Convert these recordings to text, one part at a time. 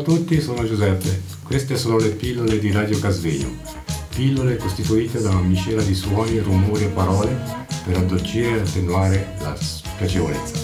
tutti, sono Giuseppe. Queste sono le pillole di Radio Casvegno. Pillole costituite da una miscela di suoni, rumori e parole per addolcire e attenuare la spiacevolezza.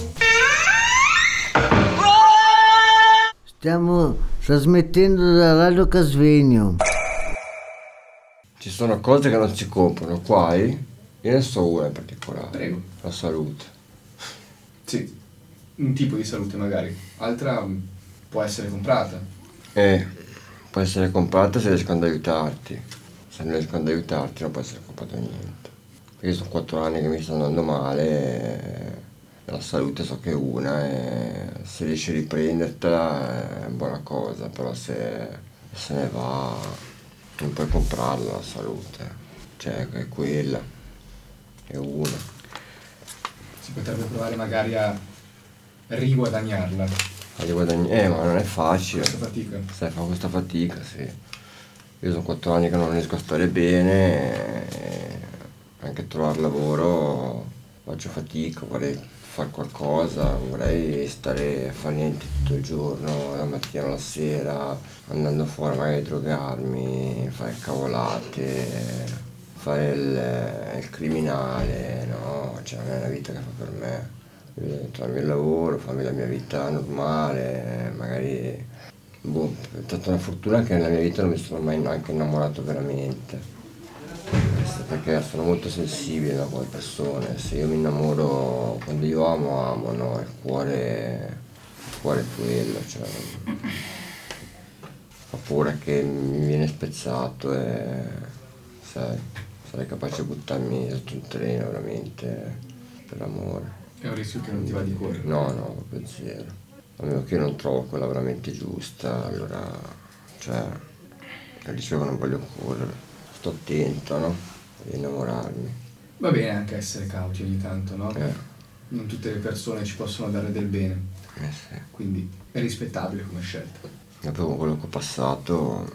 Stiamo trasmettendo da Radio Casvegno. Ci sono cose che non si comprano, qua, io ne so una in particolare. Prego. La salute. Sì, un tipo di salute magari, altra può essere comprata. Può essere comprata se riescono ad aiutarti. Se non riescono ad aiutarti non può essere comprato niente. Io sono 4 anni che mi sto andando male, la salute so che è una, e se riesci a riprendertela è buona cosa, però se ne va non puoi comprarla la salute, cioè è quella, è una. Si potrebbe provare magari a riguadagnarla. Ma non è facile. Questa fatica. Sai, fa questa fatica, sì. Io sono 4 anni che non riesco a stare bene, e anche trovare lavoro faccio fatica, vorrei fare qualcosa, vorrei stare a fare niente tutto il giorno, dalla mattina alla sera, andando fuori magari a drogarmi, fare cavolate, fare il criminale, no, cioè non è una vita che fa per me. Io trovarmi il lavoro, farmi la mia vita normale, magari, è stata una fortuna che nella mia vita non mi sono mai neanche innamorato veramente. Perché sono molto sensibile da quelle persone, se io mi innamoro, quando io amo, no, il cuore è quello, cioè ho paura che mi viene spezzato e sai, sarei capace di buttarmi sotto un treno veramente per l'amore. È un rischio che non ti va di correre. No, proprio zero. A meno che io non trovo quella veramente giusta, allora, cioè, è il rischio che non voglio correre. Sto attento, no? Di innamorarmi. Va bene anche essere cauti ogni tanto, no? Non tutte le persone ci possono dare del bene. Sì. Quindi è rispettabile come scelta. Dopo quello che ho passato,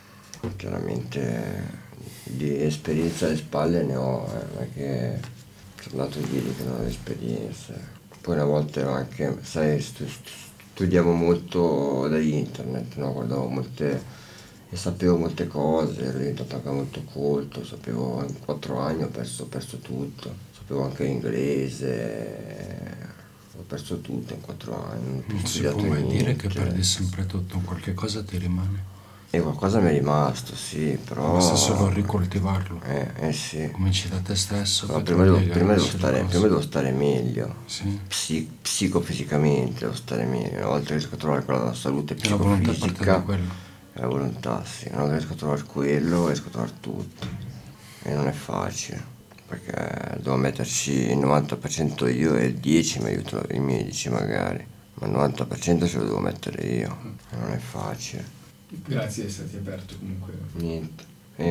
chiaramente di esperienza alle spalle ne ho, non è che sono andato a dire che non ho esperienze. Poi una volta anche, sai, studiavo molto da internet, no? Guardavo molte e sapevo molte cose, ero diventato anche molto colto, sapevo in 4 anni ho perso tutto, sapevo anche l'inglese, ho perso tutto in 4 anni. Non si può mai dire che perdi sempre tutto, qualche cosa ti rimane. E qualcosa mi è rimasto, sì, però... Basta solo ricoltivarlo. Sì. Cominci da te stesso. No, prima devo stare meglio, sì. Psicofisicamente devo stare meglio, una volta che riesco a trovare quella della salute E la volontà parte da psicofisica... quello. La volontà, sì, una volta che riesco a trovare quello, riesco a trovare tutto. E non è facile, perché devo metterci il 90% io e il 10% mi aiutano i medici magari, ma il 90% ce lo devo mettere io, e non è facile. Grazie di esserti aperto comunque. Niente.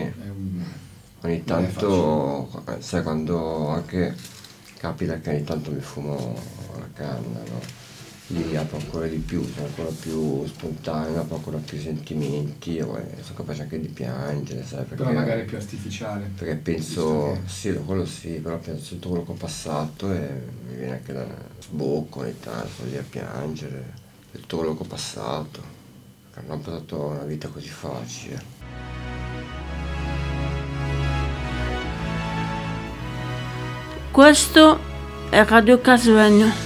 Ogni non è tanto, sai, quando anche capita che ogni tanto mi fumo la canna, no? Lì apro ancora di più, sono ancora più spontaneo, apro ancora più sentimenti, sono capace anche di piangere, sai, perché... Però magari più artificiale. Perché penso, sì, quello sì, però penso a tutto quello che ho passato e mi viene anche da sbocco ogni tanto, sto lì a piangere, per tutto quello che ho passato, perché non ho passato una vita così facile. Questo è Radio Casvegno.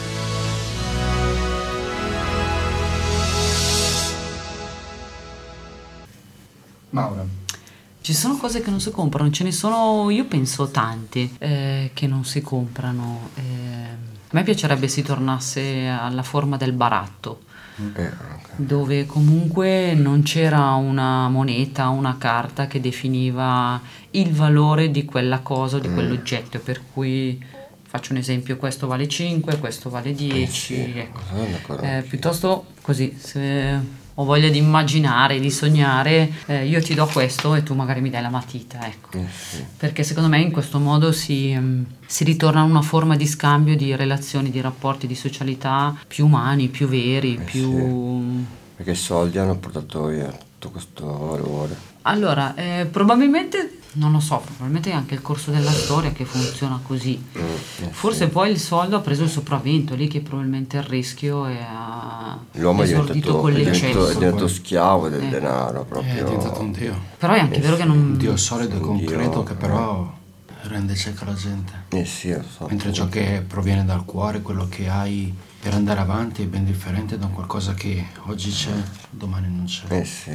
Maura. Ci sono cose che non si comprano, ce ne sono, io penso, tanti che non si comprano. A me piacerebbe si tornasse alla forma del baratto, dove comunque non c'era una moneta, una carta che definiva il valore di quella cosa o di quell'oggetto, per cui faccio un esempio, questo vale 5, questo vale 10, ecco. Piuttosto così, se ho voglia di immaginare, di sognare, io ti do questo e tu magari mi dai la matita, ecco. Perché secondo me in questo modo si ritorna a una forma di scambio, di relazioni, di rapporti, di socialità più umani, più veri, più... Perché i soldi hanno portato via tutto questo valore. Allora, probabilmente Non lo so, probabilmente è anche il corso della storia che funziona così. Forse sì. poi il soldo ha preso il sopravvento, lì che probabilmente il rischio ha L'uomo è esordito con è l'eccesso. diventato schiavo del denaro, È proprio. diventato un dio. Però è anche vero che Un non... dio solido e Un concreto dio, che però rende cieca la gente. Sì, lo so. Mentre ciò che proviene dal cuore, quello che hai per andare avanti è ben differente da un qualcosa che oggi c'è, domani non c'è. Sì.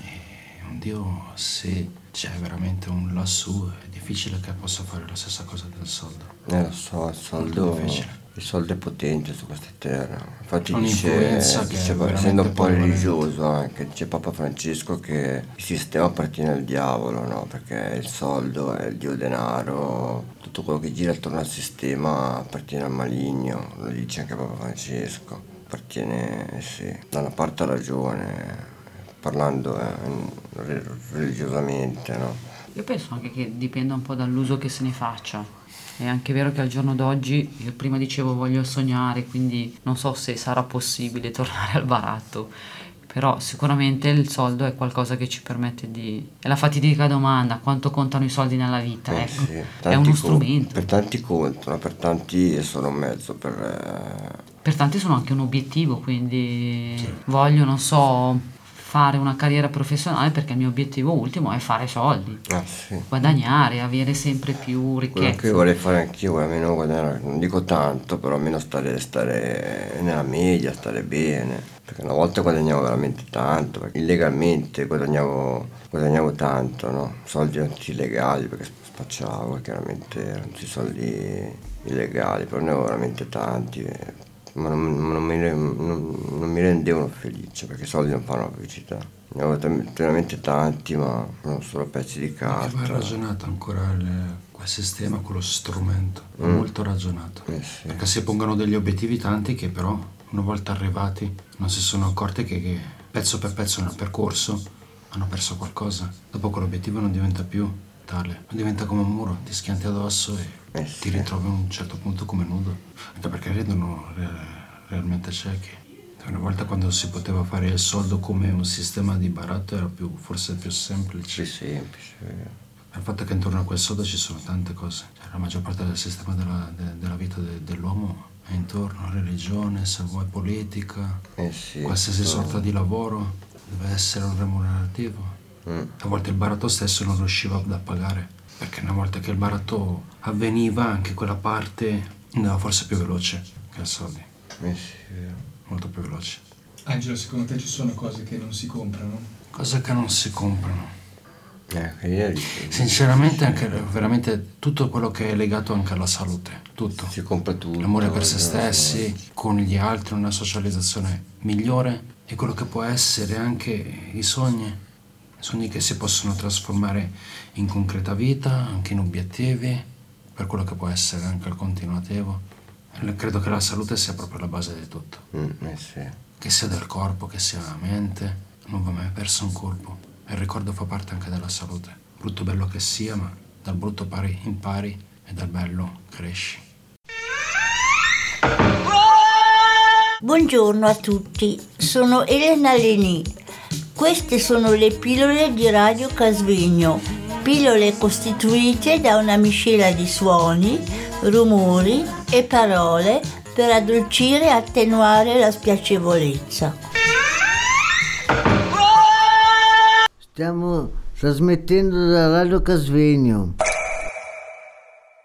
E un dio, se c'è veramente un lassù, è difficile che possa fare la stessa cosa del soldo. Lo so, Molto difficile. il soldo è potente su queste terre. Infatti C'è un'influenza che è essendo veramente un po' prevalente. religioso anche, dice Papa Francesco che il sistema appartiene al diavolo, no? Perché il soldo è il dio denaro, tutto quello che gira attorno al sistema appartiene al maligno, lo dice anche Papa Francesco. Appartiene, sì, da una parte ha ragione, parlando religiosamente, no? Io penso anche che dipenda un po' dall'uso che se ne faccia. È anche vero che al giorno d'oggi, io prima dicevo voglio sognare, quindi non so se sarà possibile tornare al baratto, però sicuramente il soldo è qualcosa che ci permette di... È la fatidica domanda, quanto contano i soldi nella vita, ecco. Sì, È tanti uno strumento. per tanti contano, per tanti è solo un mezzo per... Per tanti sono anche un obiettivo, quindi voglio, non so, fare una carriera professionale perché il mio obiettivo ultimo è fare soldi, sì. guadagnare, avere sempre più Quello che ricchezza. vorrei fare anch'io, almeno guadagnare, non dico tanto, però almeno stare nella media, stare bene. Perché una volta guadagnavo veramente tanto, perché illegalmente guadagnavo tanto, no? Soldi illegali perché spacciavo, chiaramente erano tutti soldi illegali, però ne avevo veramente tanti. Ma non mi rendevano felice perché i soldi non fanno la felicità. Ne avevo veramente tanti, ma non solo pezzi di Che va carta. ragionato ancora quel sistema, quello strumento, va molto ragionato. Sì. Perché si pongono degli obiettivi tanti che però una volta arrivati non si sono accorti che pezzo per pezzo nel percorso hanno perso qualcosa. Dopo quell'obiettivo non diventa più tale, ma diventa come un muro, ti schianti addosso e Sì. ti ritrovi a un certo punto come nudo, anche perché rendono realmente ciechi. Una volta quando si poteva fare il soldo come un sistema di baratto era forse più semplice. Più semplice. Il fatto che intorno a quel soldo ci sono tante cose. Cioè, la maggior parte del sistema della vita dell'uomo è intorno, religione, se vuoi politica, Sì. qualsiasi sorta di lavoro deve essere un remunerativo. A volte il baratto stesso non riusciva a pagare, perché una volta che il baratto avveniva anche quella parte andava forse più veloce che i soldi, Sì. molto più veloce. Angelo, secondo te ci sono cose che non si comprano? Cose che non si comprano. Ieri Sinceramente anche veramente tutto quello che è legato anche alla salute, tutto. si compra tutto. L'amore per se stessi, con gli altri, una socializzazione migliore e quello che può essere anche i sogni che si possono trasformare in concreta vita, anche in obiettivi, per quello che può essere anche il continuativo. E credo che la salute sia proprio la base di tutto, Sì. che sia del corpo, che sia la mente, non va mai perso un colpo. Il ricordo fa parte anche della salute, brutto bello che sia, ma dal brutto impari e dal bello cresci. Buongiorno a tutti, sono Elena Leni. Queste sono le pillole di Radio Casvegno, pillole costituite da una miscela di suoni, rumori e parole per addolcire e attenuare la spiacevolezza. Stiamo trasmettendo da Radio Casvegno.